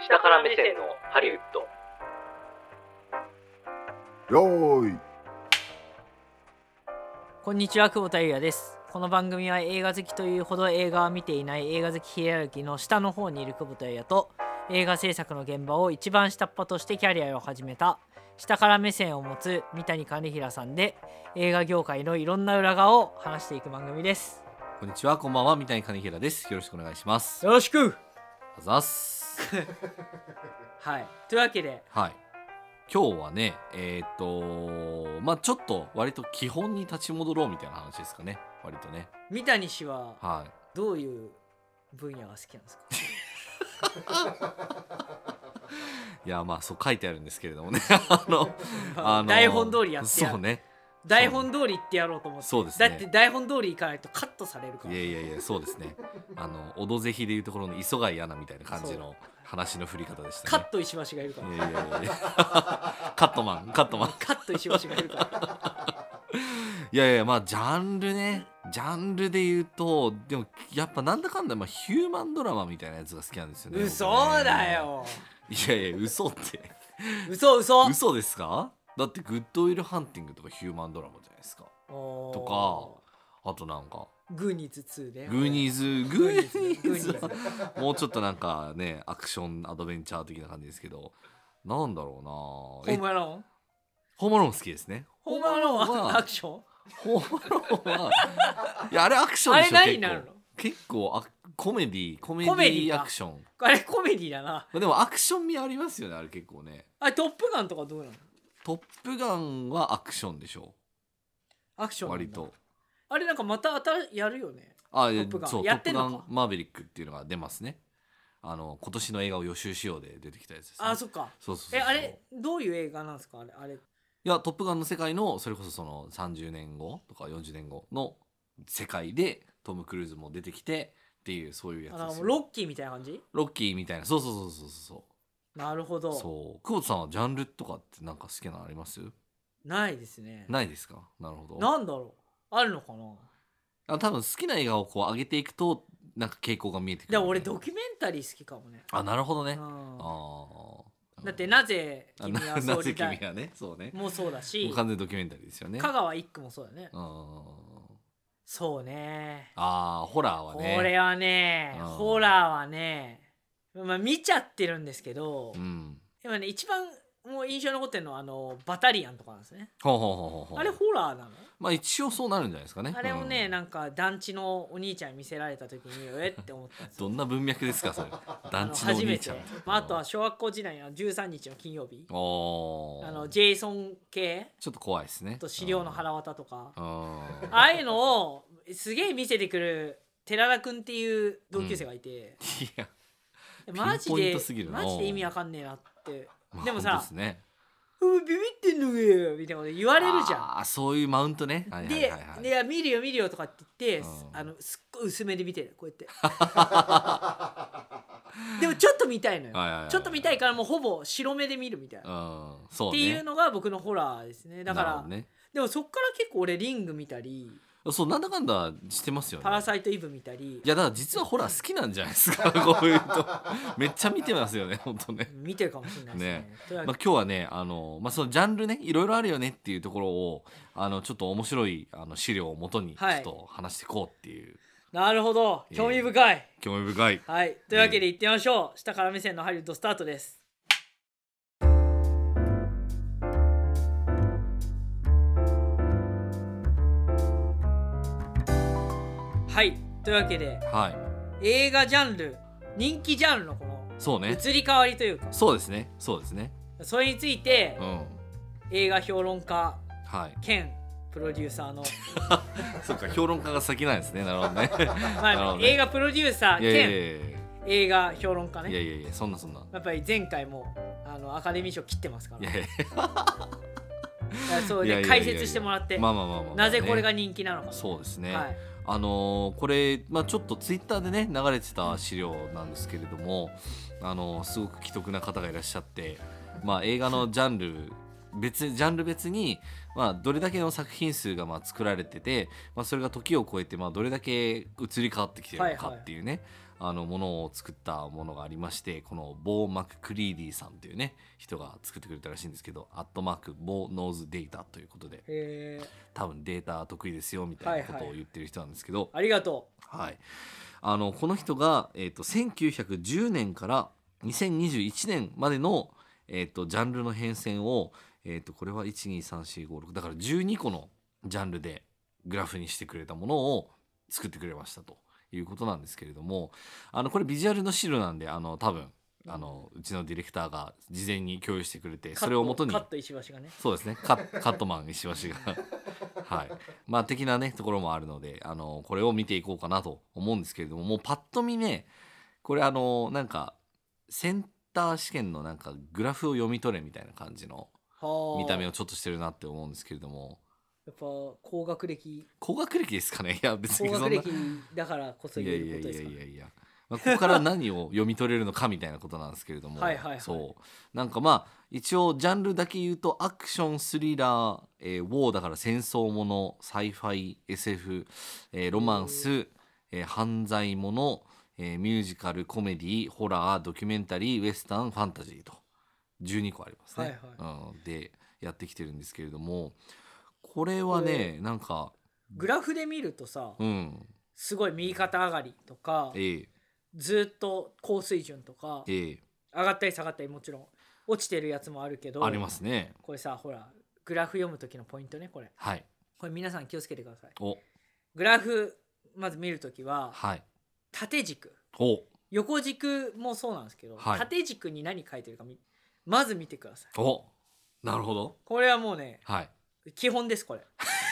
下から目線のハリウッド。 よーい。 こんにちは、久保田裕也です。この番組は映画好きというほど映画は見ていない映画好きヒエラルキーの下の方にいる久保田裕也と、映画制作の現場を一番下っ端としてキャリアを始めた下から目線を持つ三谷兼平さんで、映画業界のいろんな裏側を話していく番組です。 こんにちは、こんばんは、三谷兼平です。よろしくお願いします。 よろしく。 あざっすはい、というわけで、 はい、今日はねまあちょっと割と基本に立ち戻ろうみたいな話ですかね。割とね、 三谷氏ははい、 どういう分野が好きなんですか？ いや、まあそう書いてあるんですけれどもね台本通りやってやる。 そうね、 台本通り言ってやろうと思って。 そうですね。 だって台本通りいかないとカットされるから。 いやそうですね。オドぜひでいうところの磯貝アナみたいな感じの話の振り方でしたね。 カット石橋がいるから。 いやカットマンカット石橋がいるからいやまあジャンルね、ジャンルで言うと、でもやっぱなんだかんだ、まあ、ヒューマンドラマみたいなやつが好きなんですよね。 嘘だよ。 いや嘘って嘘ですか？だってグッドウィルハンティングとかヒューマンドラマじゃないですか。とか、あとなんかグーニーズ2でグーニーズもうちょっとなんかね、アクションアドベンチャー的な感じですけど、なんだろうな。 ホームアローン？ ホームアローン好きですね。 ホームアローンはアクション？ ホームアローンはいや、あれアクションでしょ。 あれ何になるの？ 結構コメディアクション。 あれコメディだな。 でもアクション味ありますよね、あれ結構ね。 あれトップガンとかどうなの？ トップガンはアクションでしょ。 アクションなんだ。 割とあれなんかまたやるよね。 トップガンそう、 やってんのか。 トップガンマーヴェリックっていうのが出ますね。今年の映画を予習しようで出てきたやつですね。 あ、そっか。 そうあれどういう映画なんですか？あれいや、トップガンの世界の、それこそその30年後とか40年後の世界でトム・クルーズも出てきてっていう、そういうやつですよ。 ロッキーみたいな感じ？ ロッキーみたいな。そうなるほど。 そう。久保田さんはジャンルとかってなんか好きなのあります？ ないですね。 ないですか？なるほど。 なんだろう、あるのかな。 多分好きな映画をこう上げていくとなんか傾向が見えてくる、 でも俺ドキュメンタリー好きかもね。 あ、なるほどね。 だってなぜ君は総理大なぜ君はね、そうね、 もうそうだし、 もう完全にドキュメンタリーですよね。 香川一区もそうだね。そうね。 ホラーはね。 これはね、ホラーはね、まあ見ちゃってるんですけど、今ね一番もう印象に残ってるのはバタリアンとかなんですね。あれホラーなの？ まあ一応そうなるんじゃないですかね。 あれをね、なんか団地のお兄ちゃんに見せられた時にって思ったんですよ。 どんな文脈ですかそれ？団地のお兄ちゃん。 あとは小学校時代の13日の金曜日、ジェイソン系ちょっと怖いですね。 と資料の腹渡とか、ああいうのをすげえ見せてくる寺田くんっていう同級生がいて、いやマジで意味わかんねえなって。でもさ、 ビビってんのかよみたいなこと言われるじゃん。 あ、そういうマウントね。 で見るよとかって言って、すっごい薄めで見てる、こうやってでもちょっと見たいのよ。ちょっと見たいからもうほぼ白目で見るみたいな、っていうのが僕のホラーですね。だから、でもそっから結構俺リング見たり、 そうなんだかんだしてますよね。 パラサイトイブ見たり。 いやだから実はホラー好きなんじゃないですかこういうとめっちゃ見てますよね、本当ね。 見てるかもしれないですね。 まあ、今日はねそのジャンルね、いろいろあるよねっていうところをちょっと面白い資料をもとにちょっと話していこうっていう、 なるほど、興味深い、はい、というわけでいってみましょう。下から目線のハリウッドスタートです。はい、というわけで、映画ジャンル、人気ジャンルのこの移り変わりというか、 そうですねそれについて、映画評論家兼プロデューサーのそうか、評論家が先なんですね。なるほどね映画プロデューサー兼映画評論家ね。 いやそんなやっぱり前回もアカデミー賞切ってますから。 いやそうで解説してもらって、なぜこれが人気なのか。 そうですね、これ、ちょっとツイッターでね流れてた資料なんですけれども、すごく奇特な方がいらっしゃって、映画のジャンル別に、どれだけの作品数が作られてて、それが時を超えてどれだけ移り変わってきてるのかっていうね、 ものを作ったものがありまして、このボー・マククリーディさんというね人が作ってくれたらしいんですけど、アットマークボーノーズデータということで、多分データ得意ですよみたいなことを言ってる人なんですけど、 ありがとはい、この人が、1910年から2021年までの、ジャンルの変遷を、これは12345だから12個のジャンルでグラフにしてくれたものを作ってくれましたということなんですけれども、これビジュアルの資料なんで多分うちのディレクターが事前に共有してくれて、 う。 それをもとにカット石橋がね。 そうですね、カットマン石橋がはいまあ的なねところもあるので、これを見ていこうかなと思うんですけれども、もうパッと見ねこれなんかセンター試験のなんかグラフを読み取れみたいな感じの見た目をちょっとしてるなって思うんですけれども、 やっぱ高学歴ですかね。いや別にそんな高学歴だからこそい言やいやいやえることですかいやいや、まあ、ここから何を読み取れるのかみたいなことなんですけれどもはいはいはいそうなんかまあ一応ジャンルだけ言うとアクションスリラー、ウォーだから戦争もの、サイファイ SF、ロマンス、犯罪もの、ミュージカルコメディホラードキュメンタリーウエスタンファンタジーと12個ありますね、でやってきてるんですけれども、これはねなんかグラフで見るとさ、 うんすごい右肩上がりとか、ずっと高水準とか、上がったり下がったりもちろん落ちてるやつもあるけどありますね。 これさほらグラフ読む時のポイントねこれ、 はい、 これ皆さん気をつけてください。 おグラフまず見るときは、 はい、 縦軸お横軸もそうなんですけど、 はい縦軸に何書いてるかまず見てください。 おなるほど。 これはもうね、 はい、 基本ですこれ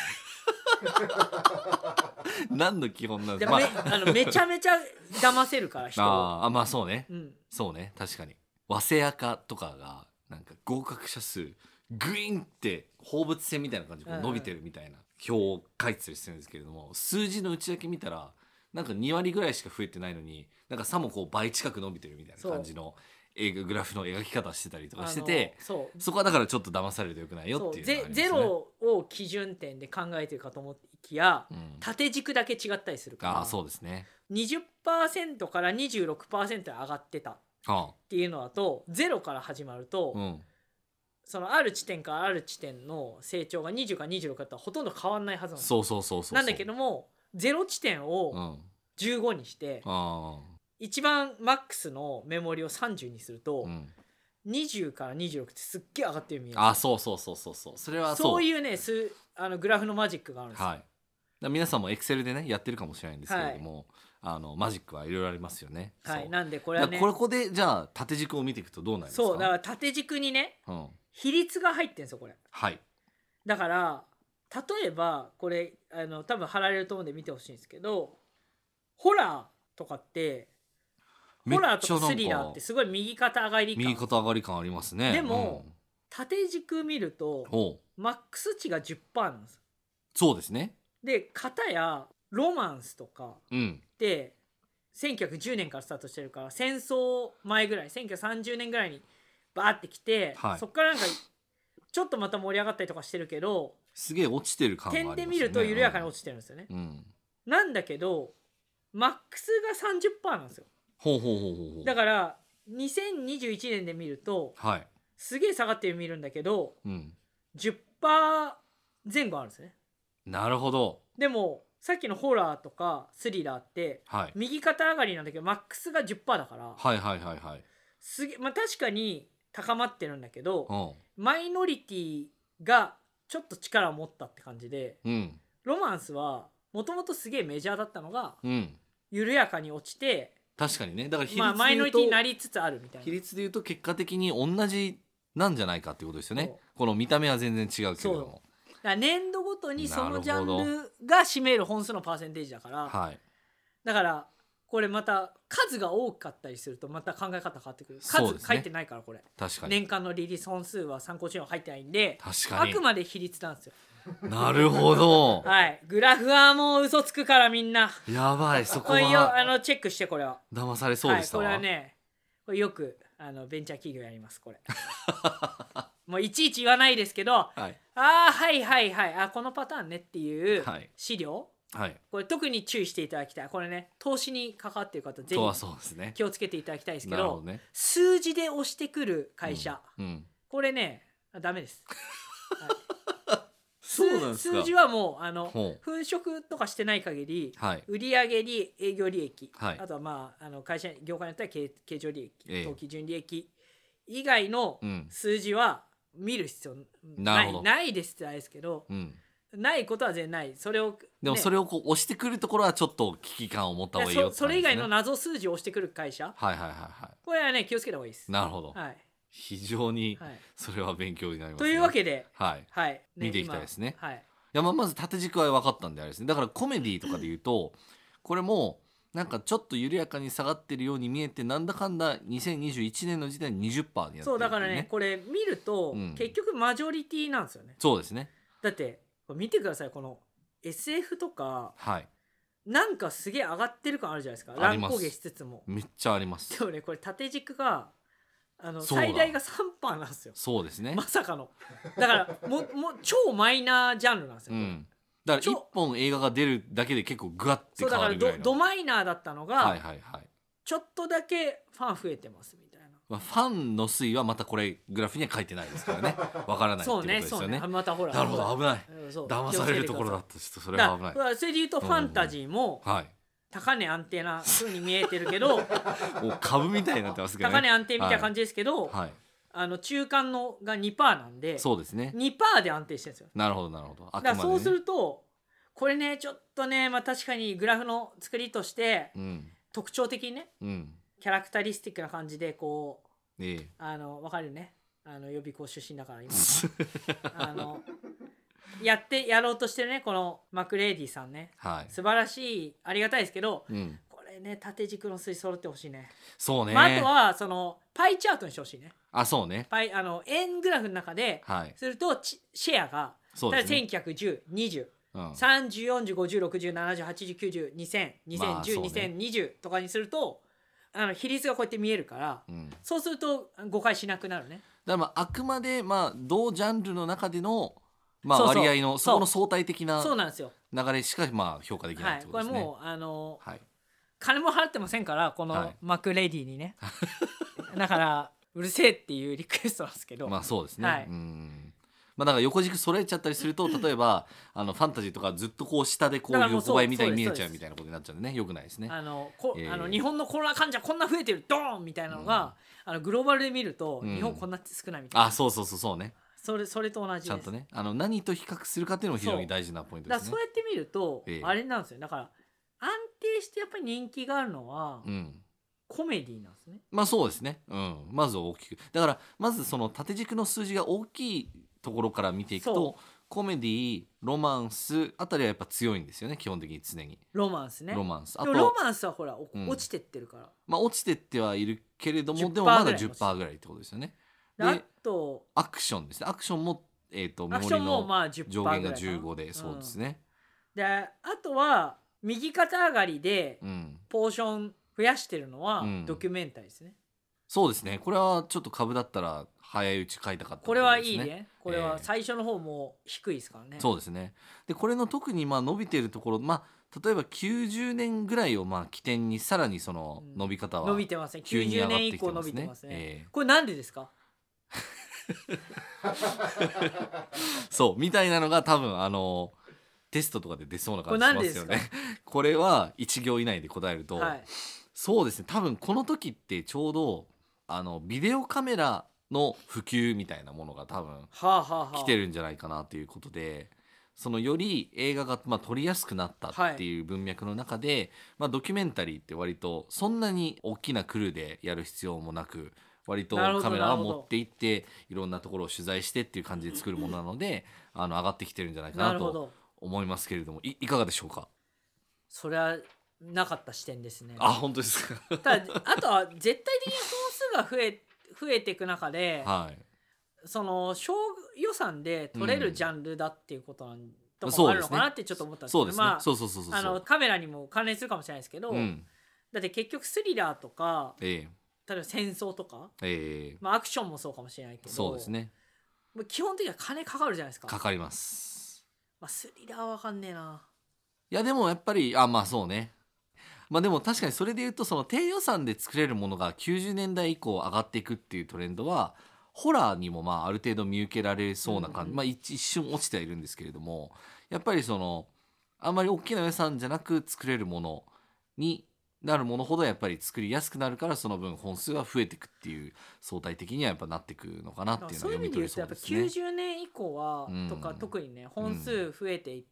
何の基本なんでですか。 めちゃめちゃ騙せるから人をまあそうね、 うんそうね確かに早稲赤とかがなんか合格者数グイーンって放物線みたいな感じでこう伸びてるみたいな表を書いてたりするんですけれども、数字の内だけ見たらなんか2割ぐらいしか増えてないのになんかさもこう倍近く伸びてるみたいな感じのグラフの描き方してたりとかしてて、そこはだからちょっと騙されるとよくないよっていうのがありますね。 ゼロを基準点で考えてるかと思いきや、縦軸だけ違ったりするからそうですね 20% から 26% 上がってたっていうのだと0から始まると、そのある地点からある地点の成長が20から26だったらほとんど変わんないはずなんです。 そうなんだけども0地点を15にして、一番マックスのメモリを30にすると、20から26ってすっげえ上がってるように見える。 そうそれはそういうねグラフのマジックがあるんですよ。 はい、だ皆さんもエクセルでねやってるかもしれないんですけれども、マジックはいろいろありますよね。 はいなんでこれはねここでじゃあ縦軸を見ていくとどうなりますか。 そうだから縦軸にね、比率が入ってるんですよこれ。 はいだから例えばこれ多分貼られると思うんで見てほしいんですけど、ホラーとかってホラーとかスリラーってすごい右肩上がり感ありますね。 でも、縦軸見るとマックス値が 10% なんです。 そうですね。 で片やロマンスとかって1910年からスタートしてるから戦争前ぐらい1930年ぐらいにバーってきて、そっからなんかちょっとまた盛り上がったりとかしてるけどすげえ落ちてる感がありますね。 点で見ると緩やかに落ちてるんですよね。なんだけどマックスが 30% なんですよ。だから2021年で見ると、すげえ下がって見るんだけど、10% 前後あるんですね。なるほど。 でもさっきのホラーとかスリラーって、右肩上がりなんだけどマックスが 10% だからすげえ、確かに高まってるんだけど、マイノリティがちょっと力を持ったって感じで、ロマンスはもともとすげえメジャーだったのが、緩やかに落ちて確かにねだから比率で言うと、 マイノリティになりつつあるみたいな。 比率で言うと結果的に同じなんじゃないかっていうことですよね。この見た目は全然違うけれども、 だから年度ごとにそのジャンルが占める本数のパーセンテージだから、だからこれまた数が多かったりするとまた考え方変わってくる。数書いてないからこれ確かに年間のリリース本数は参考資料入ってないんで、 確かにあくまで比率なんですよ。 なるほどグラフはもう嘘つくからみんなやばい。そこはチェックしてこれは騙されそうでしたわ。 これはねこれよくベンチャー企業やりますこれもういちいち言わないですけど、はいはいこのパターンねっていう資料はい。 これ特に注意していただきたい。これね、投資に関わっている方ぜとはひそうですね。 気をつけていただきたいですけど、 なるほどね。 数字で押してくる会社、 うん。 これねダメです、はい、 そうなんですか。 数字はもうほう。 粉飾とかしてない限り、 はい。 売上に営業利益、 はいあとはまあ会社業界によっては経常利益、 ええ当期純利益以外のうん。 数字は見る必要なるほどないですってないですけど、 うん。 ないことは全然ない。それを、 でもそれをこう押してくるところはちょっと危機感を持った方がいいよってそれ以外の感謎数字を押してくる会社、 じですね。はいはいはいはこれはね気をつけた方がいいです。 い。なるほど。 はい非常にはい、 それは勉強になりますとね。 いうわけで、 はい。 はい見ていきたいですね今はい、 いやまず縦軸は分かったんであれですね。だからコメディとかで言うとこれもなんかちょっと緩やかに下がってるように見えてなんだかんだ2021年の時点で 20% になってるっていうね。 そうだからねこれ見ると、 うん結局マジョリティなんですよね。 そうですね。 だって見てください、この SF とかはい。 なんかすげえ上がってる感あるじゃないですか、 あります乱高下しつつも。 めっちゃあります。 でもねこれ縦軸がそうだ最大が 3% なんですよ、 そうですね。 まさかの。だからもう超マイナージャンルなんですよ、 うん。だからちょ一本映画が出るだけで結構グワッて変そうだからわるぐらいの。 ドマイナーだったのが、 はいはいはい。 ちょっとだけファン増えてますみたいな。 まあ、ファンの推移はまたこれグラフには書いてないですからね。わからないってことそうねですよね。 またほらなるほど危ない。 そう騙されるところだった。ちょっとそれは危ない。 それで言うとファンタジーもはい。 高値安定な風に見えてるけどもう株みたいになってますけどね。 高値安定みたいな感じですけど、 はい。 中間のが 2% なんでそうですね。 2% で安定してるんですよ。 なるほどなるほど。あくまでねだからそうするとこれねちょっとね、まあ、確かにグラフの作りとしてうん特徴的にねうんキャラクタリスティックな感じでこうえ分かるよね、予備校出身だから今やろうとしてるねこのマクレイディさんね、 はい。 素晴らしいありがたいですけど、 うん。 これね縦軸の数字揃ってほしいね。 そうね。 まあ、あとはそのパイチャートにしてほしいね。 あそうね。 円グラフの中ではい。 するとシェアがそうですね。 1910、20、 うん。 30、40、50、60、70、80、90、2000、2010、 まあそうね 2020とかにすると比率がこうやって見えるからうん。 そうすると誤解しなくなるね。 だからまああくまでまあ同ジャンルの中でのまあそうそう割合のそこの相対的なそうなんですよ。 流れしかまあ評価できないってはい、 ことですね。 これもうはい。 金も払ってませんからこはいのマクレディにね、だからうるせえっていうリクエストなんですけど、 まあそうですね。 はいうん。まあだから横軸揃えちゃったりすると例えばファンタジーとかずっとこう下でこうだからもう横ばいみたいに見えそうですちゃうみたいなことになっちゃうんでねよくないですね。 日本のコロナ患者こんな増えてるドーンみたいなのが、グローバルで見ると、 うん日本こんな少ないみたいな。 あそうそうそうそうね。 それと同じです。 ちゃんとね何と比較するかっていうのも非常に大事なポイントですね。 だからそうやって見ると、 ええあれなんですよ。だから安定してやっぱり人気があるのは、 うん。 コメディなんですね。 まあそうですね。うん。まず大きくだからまずその縦軸の数字が大きいところから見ていくそとコメディロマンスあたりはやっぱ強いんですよね基本的に常に。 ロマンスね。 ロマンスあでもロとマンスはほら、 うん落ちてってるから。 まあ落ちてってはいるけれども 10% でもまだぐらい 10%ぐらいってことですよね。 であでとアクションですね。アクションもメアモリクションものまあ10% 上限がぐらいかな 15でそうですね。 であとは右肩上がりでうん。 ポーション増やしてるのはうんドキュメンタリーですね。 そうですね。これはちょっと株だったら早いうち買いたかったとこれはろですいいね。これは最初の方も低いですからね。 そうですね。でこれの特にまあ伸びているところまあ例えば90年ぐらいをまあ起点にさらにその伸び方は伸びてますね。90 急に上がって年以降伸きてますねびてますね。 ええこれなんでですか？ そうみたいなのが多分テストとかで出そうな感じしますよね。これは1行以内で答えると、 はい。 そうですね多分この時ってちょうどビデオカメラの普及みたいなものが多分はあはあはあ。 来てるんじゃないかなということでそのより映画がまあ撮りやすくなったっていう文脈の中で、まあ、ドキュメンタリーって割とそんなに大きなクルーでやる必要もなく割となるほどカメラを持って行っていろんなところを取材してっていう感じで作るものなので上がってきてるんじゃないかなとなるほど。 思いますけれどもいかがでしょうか。 それはなかった視点ですね。 あ本当ですか。 ただあとは絶対的に本数が増えていく中で、 はいその小予算で撮れるジャンルだっていうことなんとかもあるのそうですねかなってちょっと思ったんですけど、 そうですね、 まあそうそうそうそうそうカメラにも関連するかもしれないですけど、 うんだって結局スリラーとかえ例えば戦争とか、 えまあ、アクションもそうかもしれないけどそうですねもう基本的には金かかるじゃないですか。 かかります。 まあ、スリラーはわかんねえな。 いやでもやっぱりまあそうね。まあでも確かにそれで言うとその低予算で作れるものが90年代以降上がっていくっていうトレンドはホラーにもまあある程度見受けられそうな感じ、 うんうんまあ一瞬落ちてはいるんですけれども、やっぱりそのあんまり大きな予算じゃなく作れるものになるものほどやっぱり作りやすくなるから、その分本数が増えていくっていう相対的にはやっぱなっていくのかなっていうのはそういう読み意味で言うとやっぱ取れそうですね。 90年以降は、 うんとか特にね本数増えていって、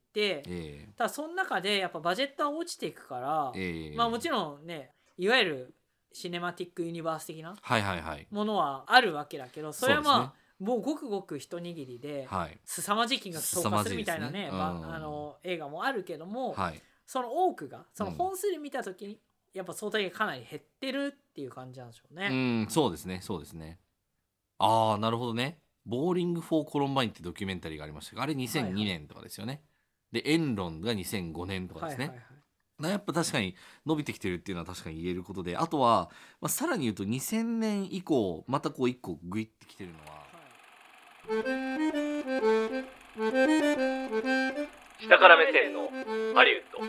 えただその中でやっぱバジェットは落ちていくから、まあもちろんねいわゆるシネマティックユニバース的なはいはいはいものはあるわけだけど、それはまあ、 そうですねもうごくごく一握りで、 はい凄まじい金額投下するみたいなね凄まじいですね映画もあるけども、 はいその多くがその本数で見た時に、やっぱ相対がかなり減ってるっていう感じなんでしょうね。 そうですねそうですね。ああなるほどね。ボーリング・フォー・コロンバインってドキュメンタリーがありましたが、あれ2002年とかですよね。でエンロンが2005年とかですね。 はいはいはい。 やっぱ確かに伸びてきてるっていうのは確かに言えることで、あとは、さらに言うと2000年以降またこう一個グイってきてるのは、 下から目線のハリウッド。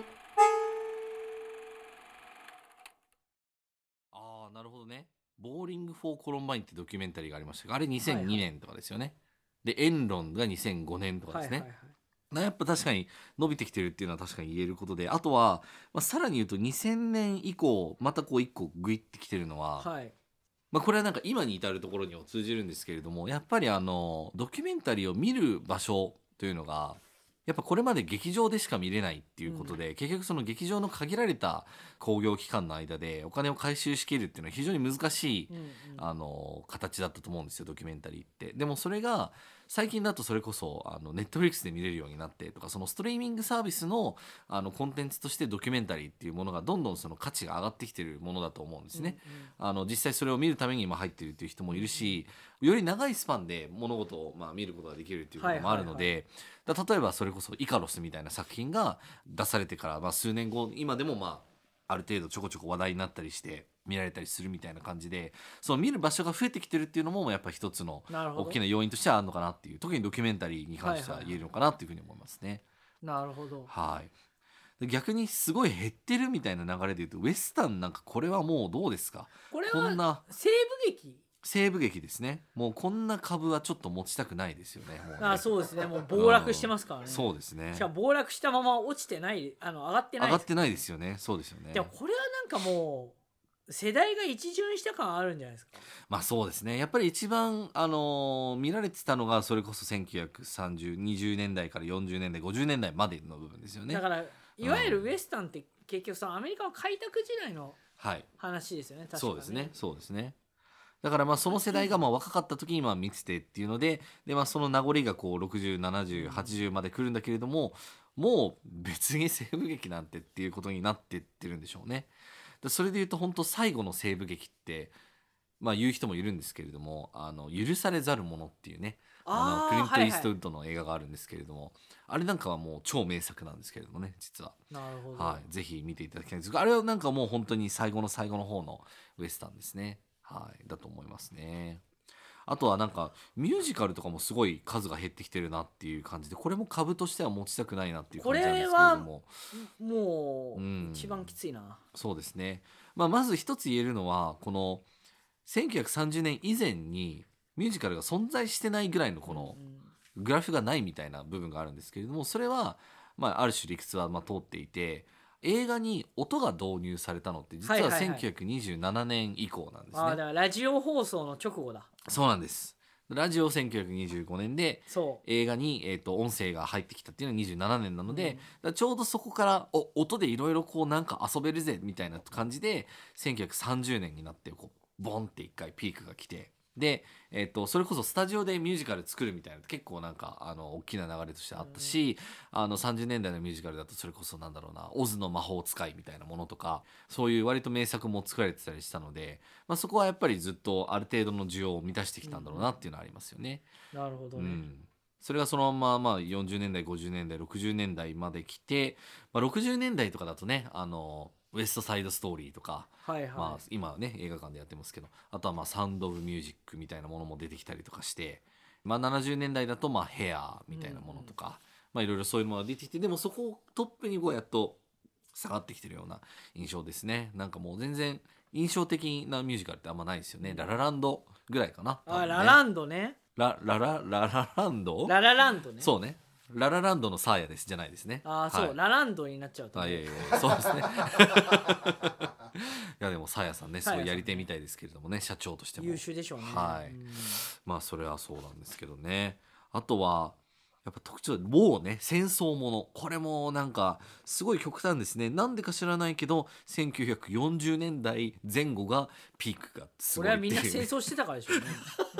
ああなるほどね。ボーリング・フォー・コロンバインってドキュメンタリーがありましたが、あれ2002年とかですよね。でエンロンが2005年とかですね。 はいはいはい。 やっぱ確かに伸びてきてるっていうのは確かに言えることで、あとは、さらに言うと2000年以降またこう一個グイってきてるのは、 はいこれはなんか今に至るところにも通じるんですけれども、やっぱりドキュメンタリーを見る場所というのがやっぱこれまで劇場でしか見れないっていうことで、結局その劇場の限られた興行期間の間でお金を回収しきるっていうのは非常に難しい、形だったと思うんですよドキュメンタリーって。でもそれが最近だとそれこそネットフリックスで見れるようになってとか、そのストリーミングサービスのコンテンツとしてドキュメンタリーっていうものがどんどんその価値が上がってきてるものだと思うんですね。実際それを見るために今入ってるっていう人もいるし、より長いスパンで物事を見ることができるっていうこともあるので、例えばそれこそイカロスみたいな作品が出されてから、数年後今でもある程度ちょこちょこ話題になったりして見られたりするみたいな感じで、その見る場所が増えてきてるっていうのもやっぱ一つの大きな要因としてはあるのかなっていう、特にドキュメンタリーに関しては言えるのかなっていうふうに思いますね。 なるほど。 はい。逆にすごい減ってるみたいな流れで言うとウエスタンなんかこれはもうどうですか。 これこんなは西部劇。 西部劇ですね。もうこんな株はちょっと持ちたくないですよね。もうねそうですね。もう暴落してますからね。 そうですね。 しかも暴落したまま落ちてない、上がってない。 上がってないですよね。そうですよね。 でもこれはなんかもう世代が一巡した感あるんじゃないですか。 そうですね。やっぱり一番見られてたのがそれこそ1930、20年代から40年代、50年代までの部分ですよね。 だからいわゆるウエスタンって結局そのアメリカの開拓時代のはい話ですよね。確かに。 そうですね。そうですね。だからその世代が若かった時に見ててっていうので、その名残がこう60、70、80まで来るんだけれども、もう別に西部劇なんてっていうことになってってるんでしょうね。それで言うと本当最後の西部劇って言う人もいるんですけれども、許されざる者っていうね、クリント・イーストウッドの映画があるんですけれども、あれなんかはもう超名作なんですけれどもね、実は。 なるほど。 ぜひ見ていただきたいんですが、あれはなんかもう本当に最後の最後の方のウエスタンですね。だと思いますね。あとはなんかミュージカルとかもすごい数が減ってきてるなっていう感じで、これも株としては持ちたくないなっていう感じなんですけれども、 もう一番きついな。 そうですね。まず一つ言えるのは、この1930年以前にミュージカルが存在してないぐらいのこのグラフがないみたいな部分があるんですけれども、それはある種理屈は通っていて、映画に音が導入されたのって実は1927年以降なんですね。 だからラジオ放送の直後だ。 そうなんです。ラジオ1925年で映画に、音声が入ってきたっていうのは27年なので、ちょうどそこから音でいろいろこうなんか遊べるぜみたいな感じで1930年になってこうボンって一回ピークが来て、で、それこそスタジオでミュージカル作るみたいな結構なんか大きな流れとしてあったし、30年代のミュージカルだとそれこそなんだろうな、オズの魔法使いみたいなものとか、そういう割と名作も作られてたりしたので、そこはやっぱりずっとある程度の需要を満たしてきたんだろうなっていうのはありますよね。 なるほどね。 それがそのまま40年代50年代60年代まで来て、60年代とかだとね、ウエストサイドストーリーとか、今はね映画館でやってますけど、あとはサウンド・オブ・ミュージックみたいなものも出てきたりとかして、70年代だとヘアみたいなものとか、 まあいろいろそういうものが出てきて、でもそこをトップにこうやっと下がってきてるような印象ですね。なんかもう全然印象的なミュージカルってあんまないですよね。ララランドぐらいかな。多分ね、 ラランドね。 ラランドララランドね。 そうね。ララランドのサーヤですじゃないですね。 そう、 はい、 ラランドになっちゃうと、 いやいやそうですね。いやでもサーヤさんねすごいやり手みたいですけれどもね、社長としても優秀でしょうね。 はい、まあそれはそうなんですけどね。あとはやっぱ特徴、もうね戦争もの、これもなんかすごい極端ですね。なんでか知らないけど1940年代前後がピークがすごいっていう、ね、 これはみんな戦争してたからでしょうね。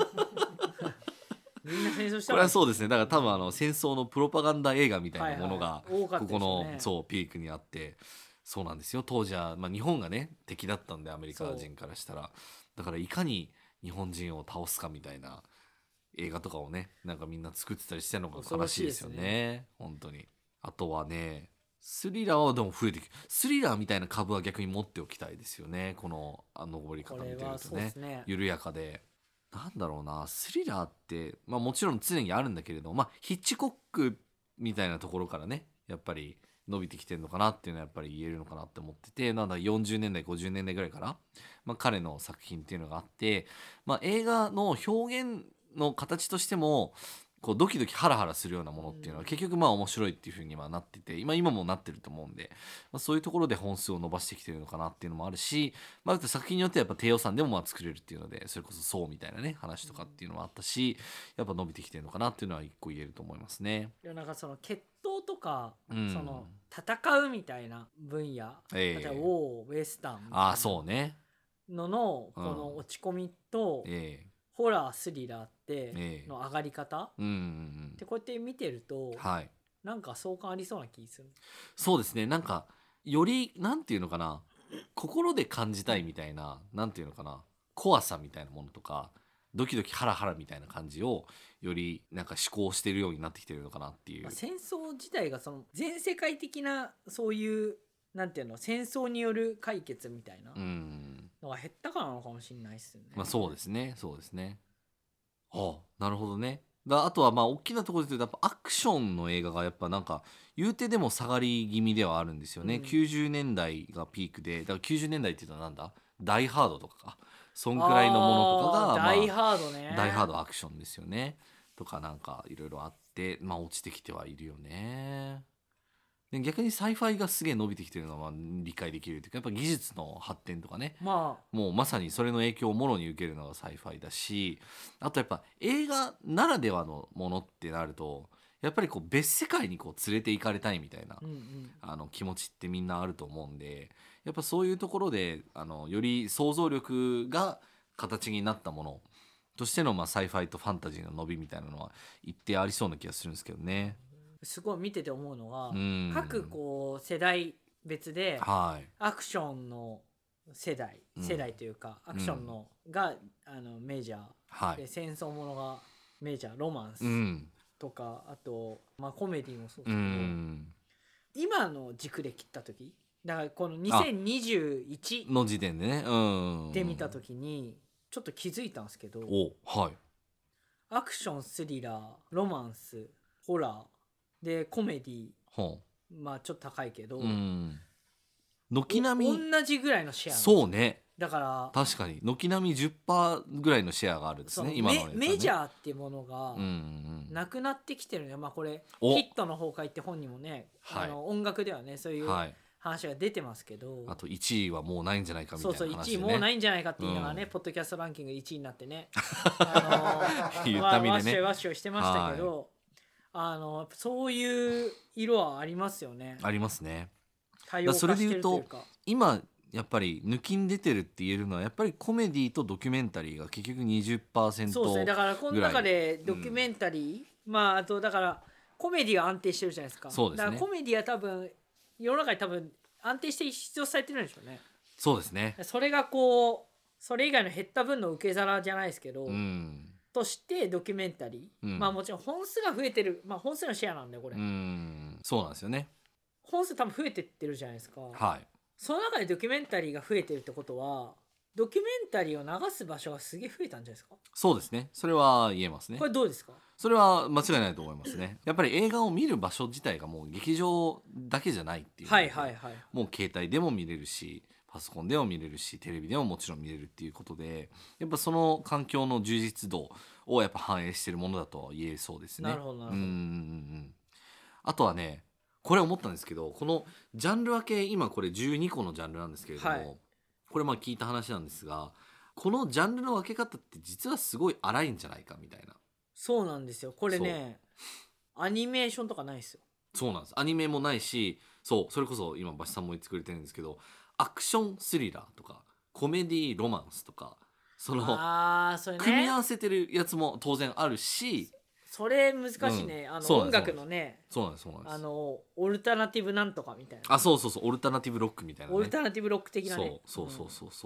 みんな戦争したこれはそうですね。だから多分戦争のプロパガンダ映画みたいなものが多かったでしょうここのね。 そうピークにあって、そうなんですよ。当時は、まあ、日本がね敵だったんでアメリカ人からしたら、だからいかに日本人を倒すかみたいな映画とかをねなんかみんな作ってたりしてるのが悲しいですよね。本当に。あとはねスリラーはでも増えてきて、スリラーみたいな株は逆に持っておきたいですよね。この上り方見てるとそうですね、 緩やかで。なんだろうな、スリラーって、まあ、もちろん常にあるんだけれど、まあ、ヒッチコックみたいなところからねやっぱり伸びてきてるのかなっていうのはやっぱり言えるのかなって思ってて、なんだ40年代50年代ぐらいから、まあ、彼の作品っていうのがあって、まあ、映画の表現の形としてもこうドキドキハラハラするようなものっていうのは結局まあ面白いっていう風にはなってて、今もなってると思うんで、まあ、そういうところで本数を伸ばしてきてるのかなっていうのもあるし、まあ、作品によってはやっぱ低予算でもまあ作れるっていうので、それこそそうみたいなね話とかっていうのもあったし、やっぱ伸びてきてるのかなっていうのは一個言えると思いますね。 いやなんかその決闘とか、その戦うみたいな分野、例えばウォーウエスタンみたいなそうねののこの落ち込みと、ホラースリラーっての上がり方、でこうやって見てると、 はい、 なんか相関ありそうな気する。 そうですね。なんかよりなんていうのかな、心で感じたいみたいな、なんていうのかな、怖さみたいなものとかドキドキハラハラみたいな感じをよりなんか思考してるようになってきてるのかなっていう、 戦争自体がその全世界的なそういうなんていうの戦争による解決みたいなのが減ったからなのかもしれないですよね。 まあそうですねそうですね。なるほどね。あとはまあ大きなところで言うとやっぱアクションの映画がやっぱなんか言うてでも下がり気味ではあるんですよね。90年代がピークで、だから90年代っていうのはなんだ、ダイハードとかか、そんくらいのものとかがダイハードね、 ダイハードアクションですよねとか、なんかいろいろあってまあ落ちてきてはいるよね。で逆にサイファイがすげえ伸びてきてるのは理解できるというか、やっぱ技術の発展とかね、もうまさにそれの影響をもろに受けるのがサイファイだし、あとやっぱ映画ならではのものってなるとやっぱりこう別世界にこう連れて行かれたいみたいな、気持ちってみんなあると思うんで、やっぱそういうところでより想像力が形になったものとしての、まあ、サイファイとファンタジーの伸びみたいなのは一定ありそうな気がするんですけどね。 すごい見てて思うのが、各こう世代別でアクションの世代というか、アクションのがメジャーで、戦争ものがメジャー、ロマンスとか、あとまあコメディもそうですけど、今の軸で切った時だからこの2021 の時点でねで見た時にちょっと気づいたんですけど、アクション、スリラー、ロマンス、ホラーでコメディ、まあちょっと高いけど、 軒並み同じぐらいのシェア。 そうね。 だから確かに軒並み 10% ぐらいのシェアがあるんですね、今のやつはね。 メジャーっていうものがなくなってきてるのよ。まあこれヒットの崩壊って本にもね、音楽ではねそういう話が出てますけど、 あと1位はもうないんじゃないかみたいな話でね。 そう1位もうないんじゃないかっていうのがね、ポッドキャストランキング1位になってね言ったみでね、 ワッショイワッショイしてましたけど、そういう色はありますよね。 ありますね。 多様化してるというか。それで言うと今やっぱり抜きん出てるって言えるのはやっぱりコメディとドキュメンタリーが結局 20% そうですね。だからこの中でドキュメンタリー、まああとだからコメディは安定してるじゃないですか。 そうですね。 だからコメディは多分世の中に多分安定して必要されてるんでしょうね。 そうですね。 それがこうそれ以外の減った分の受け皿じゃないですけど、としてドキュメンタリー、まあもちろん本数が増えてる、まあ本数のシェアなんでこれ。 そうなんですよね。 本数多分増えてってるじゃないですか。 はい。 その中でドキュメンタリーが増えてるってことはドキュメンタリーを流す場所がすげえ増えたんじゃないですか。 そうですね、それは言えますね。 これどうですか。 それは間違いないと思いますね。やっぱり映画を見る場所自体がもう劇場だけじゃないっていうので、 はいはいはい。 もう携帯でも見れるし、パソコンでも見れるし、テレビでももちろん見れるっていうことで、やっぱその環境の充実度をやっぱ反映しているものだと言えそうですね。 なるほどなるほど。 あとはね、これ思ったんですけど、このジャンル分け、今これ12個のジャンルなんですけれども、 はい、 これまあ聞いた話なんですが、このジャンルの分け方って実はすごい荒いんじゃないかみたいな。 そうなんですよ。これね、アニメーションとかないですよ。 そうなんです。アニメもないし、そうそれこそ今バシさんも言ってくれてるんですけど、アクションスリラーとかコメディロマンスとか、そのそれね、 組み合わせてるやつも当然あるし、 それ難しいね。音楽のね、 そうなんですそうなんです。 オルタナティブなんとかみたいな。 そうそうそう、オルタナティブロックみたいなね。 オルタナティブロック的なね。 そう、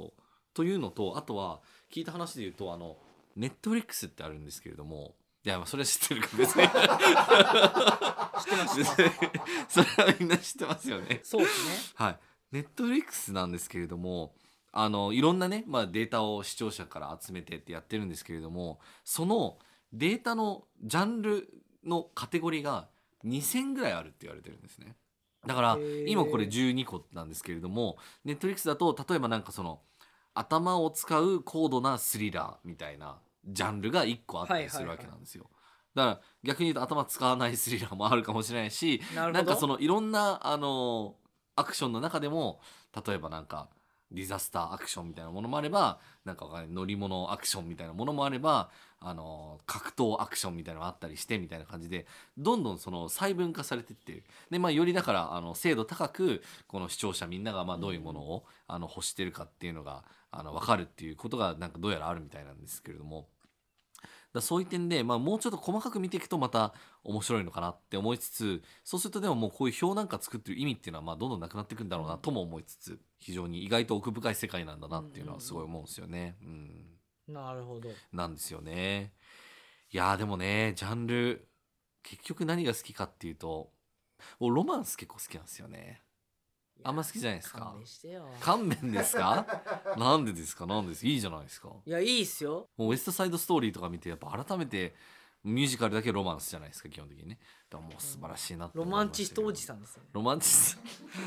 というのと、あとは聞いた話で言うと、ネットフリックスってあるんですけれども、いやまあそれは知ってるか別に知ってますそれはみんな知ってますよね。 そうですね。 はい、ネットフリックスなんですけれども、いろんなね、まあ、データを視聴者から集めてってやってるんですけれども、そのデータのジャンルのカテゴリーが2000ぐらいあるって言われてるんですね。だから今これ12個なんですけれども、ネットフリックスだと例えばなんかその頭を使う高度なスリラーみたいなジャンルが1個あったりするわけなんですよ。だから逆に言うと頭使わないスリラーもあるかもしれないし、なんかそのいろんなアクションの中でも、例えばなんかディザスターアクションみたいなものもあれば、なんか乗り物アクションみたいなものもあれば、格闘アクションみたいなのがあったりしてみたいな感じで、どんどんその細分化されてってる。で、まあ、よりだから精度高くこの視聴者みんながまあどういうものを欲してるかっていうのが分かるっていうことがなんかどうやらあるみたいなんですけれども、そういう点で、まあ、もうちょっと細かく見ていくとまた面白いのかなって思いつつ、そうするとでももうこういう表なんか作ってる意味っていうのはまあどんどんなくなっていくんだろうなとも思いつつ、非常に意外と奥深い世界なんだなっていうのはすごい思うんですよね。 なるほど。 なんですよね。いやでもね、ジャンル結局何が好きかっていうと、ロマンス結構好きなんですよね。あんま好きじゃないですか。 勘弁してよ。 勘弁ですかなんでですか、なんでです、いいじゃないですか。 いや、いいっすよ。 もうウエストサイドストーリーとか見てやっぱ改めてミュージカルだけロマンスじゃないですか基本的にね。だからもう素晴らしいなってロ思いましたけど。 マンチストおじさんですよね。 ロマンチスト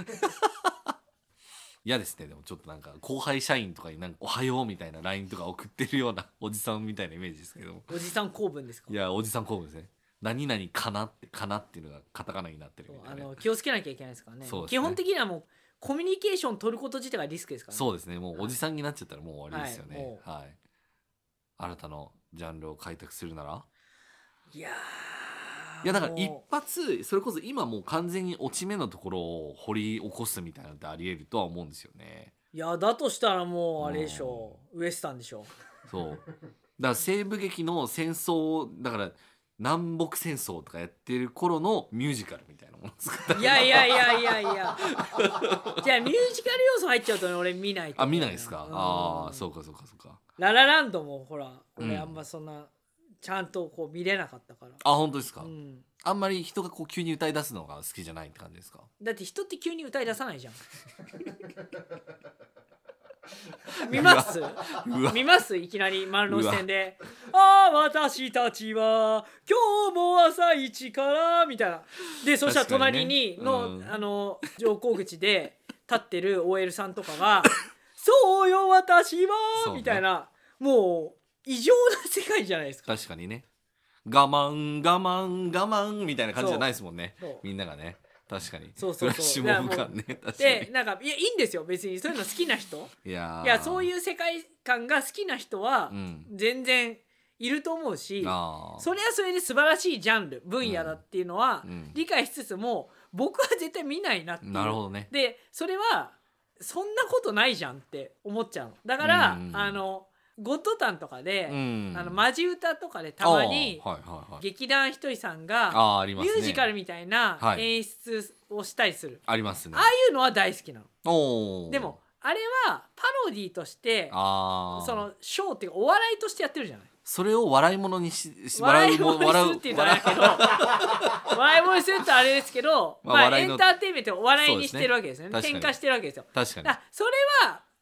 嫌ですね。でもちょっとなんか後輩社員とかになんかおはようみたいな LINE とか送ってるようなおじさんみたいなイメージですけども。 おじさん公文ですか。 いやおじさん公文ですね。何々かなっていうのがカタカナになってるみたいな、ね、 気をつけなきゃいけないですからね。 そうですね。 基本的にはもうコミュニケーション取ること自体がリスクですからね。 そうですね。もうおじさんになっちゃったらもう終わりですよね。 はいはい。新たなジャンルを開拓するなら、 いやだから一発それこそ今もう完全に落ち目のところを掘り起こすみたいなのってありえるとは思うんですよね。 いやだとしたらもうあれでしょう、ウエスタンでしょ。 そうだから西部劇の戦争だから、南北戦争とかやってる頃のミュージカルみたいなもの作ったら、 いやじゃあミュージカル要素入っちゃうと、ね、俺見ないと。 見ないですか。そうか。 ララランドもほら俺あんまそんなちゃんとこう見れなかったから。 本当ですか。あんまり人がこう急に歌い出すのが好きじゃないって感じですか。 だって人って急に歌い出さないじゃん。見ますいきなり丸の視点で私たちは今日も朝一からみたいなで、そしたら隣にの、上皇口で立ってる OL さんとかがそうよ私は、ね、みたいな、もう異常な世界じゃないですか。 確かにね、我慢みたいな感じじゃないですもんね、みんながね。確かに。そうフラッシュモブ感ね。確かに。 でなんかいいんですよ別にそういうの好きな人いやそういう世界観が好きな人は全然いると思うし、それはそれで素晴らしいジャンル分野だっていうのは理解しつつも、僕は絶対見ないなっていう。 なるほどね。 でそれはそんなことないじゃんって思っちゃうの。だからゴッドタンとかで、マジ歌とかでたまに劇団ひとりさんがミュージカルみたいな演出をしたりする、 ありますね。 ああいうのは大好きなの。でもあれはパロディーとしてそのショーっていうかお笑いとしてやってるじゃない。 それを笑い物にし笑い物にするっていうのはあれだけど笑い物にするってあれですけど、エンターテインメントをお笑いにしてるわけですよね。転化してるわけですよ。 確かに。 それは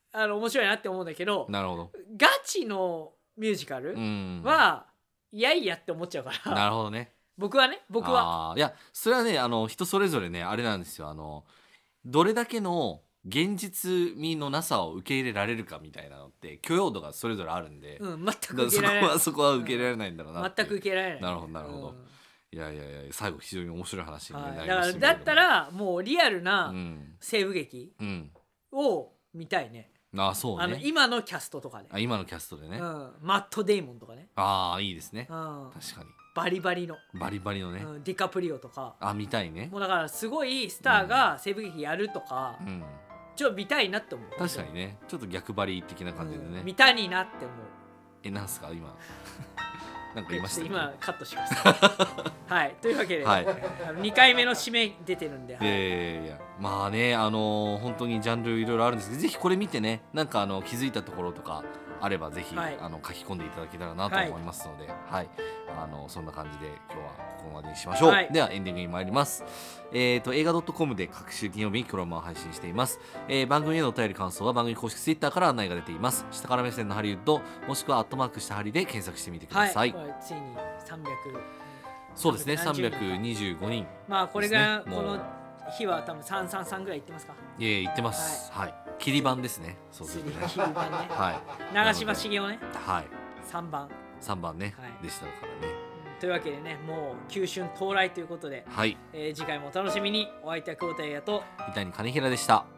面白いなって思うんだけど、 なるほど。 ガチのミュージカルうんはいやいやって思っちゃうからなるほどね。 僕はいやそれはね人それぞれねあれなんですよ。どれだけの現実味のなさを受け入れられるかみたいなのって許容度がそれぞれあるんで、 全だからく受けられないそこは受け入れられないんだろうなっていう全く受けられない。 なるほどなるほど、いや最後非常に面白い話になりだからましたけれども、 だったらもうリアルうなん西部劇うんを見たいね。 そうね。 今のキャストとかで、 今のキャストでね、 マット・デイモンとかね、 いいですね、確かにバリバリの、 バリバリのね、 ディカプリオとか、 見たいね。 もうだからすごいスターが西部劇やるとか、ちょっと見たいなって思う。 確かにね、ちょっと逆張り的な感じでね、 見たいなって思う。 なんすか今なんか言いましたね。 今カットしましたはいというわけで、 はい 2回目の指名出てるんで、 いやまあね本当にジャンルいろいろあるんですけど、ぜひこれ見てね、なんか気づいたところとかあればぜひ、書き込んでいただけたらなと思いますので、そんな感じで今日はここまでにしましょう。ではエンディングに参ります。映画 .com で各週金曜日にコラムを配信しています。番組へのお便り感想は番組公式ツイッターから案内が出ています。下から目線のハリウッドもしくはアットマークしたハリで検索してみてください。 これついに300、 そうですね、325人。 まあこれがこの日は多分333ぐらいいってますか。 言ってます。切り番ですね。そうですね。 切り番ね。長嶋茂雄ね。3番ね、 でしたからね。 というわけでね、もう旧春到来ということで、次回もお楽しみに。お相手は久保田英也と三谷兼平でした。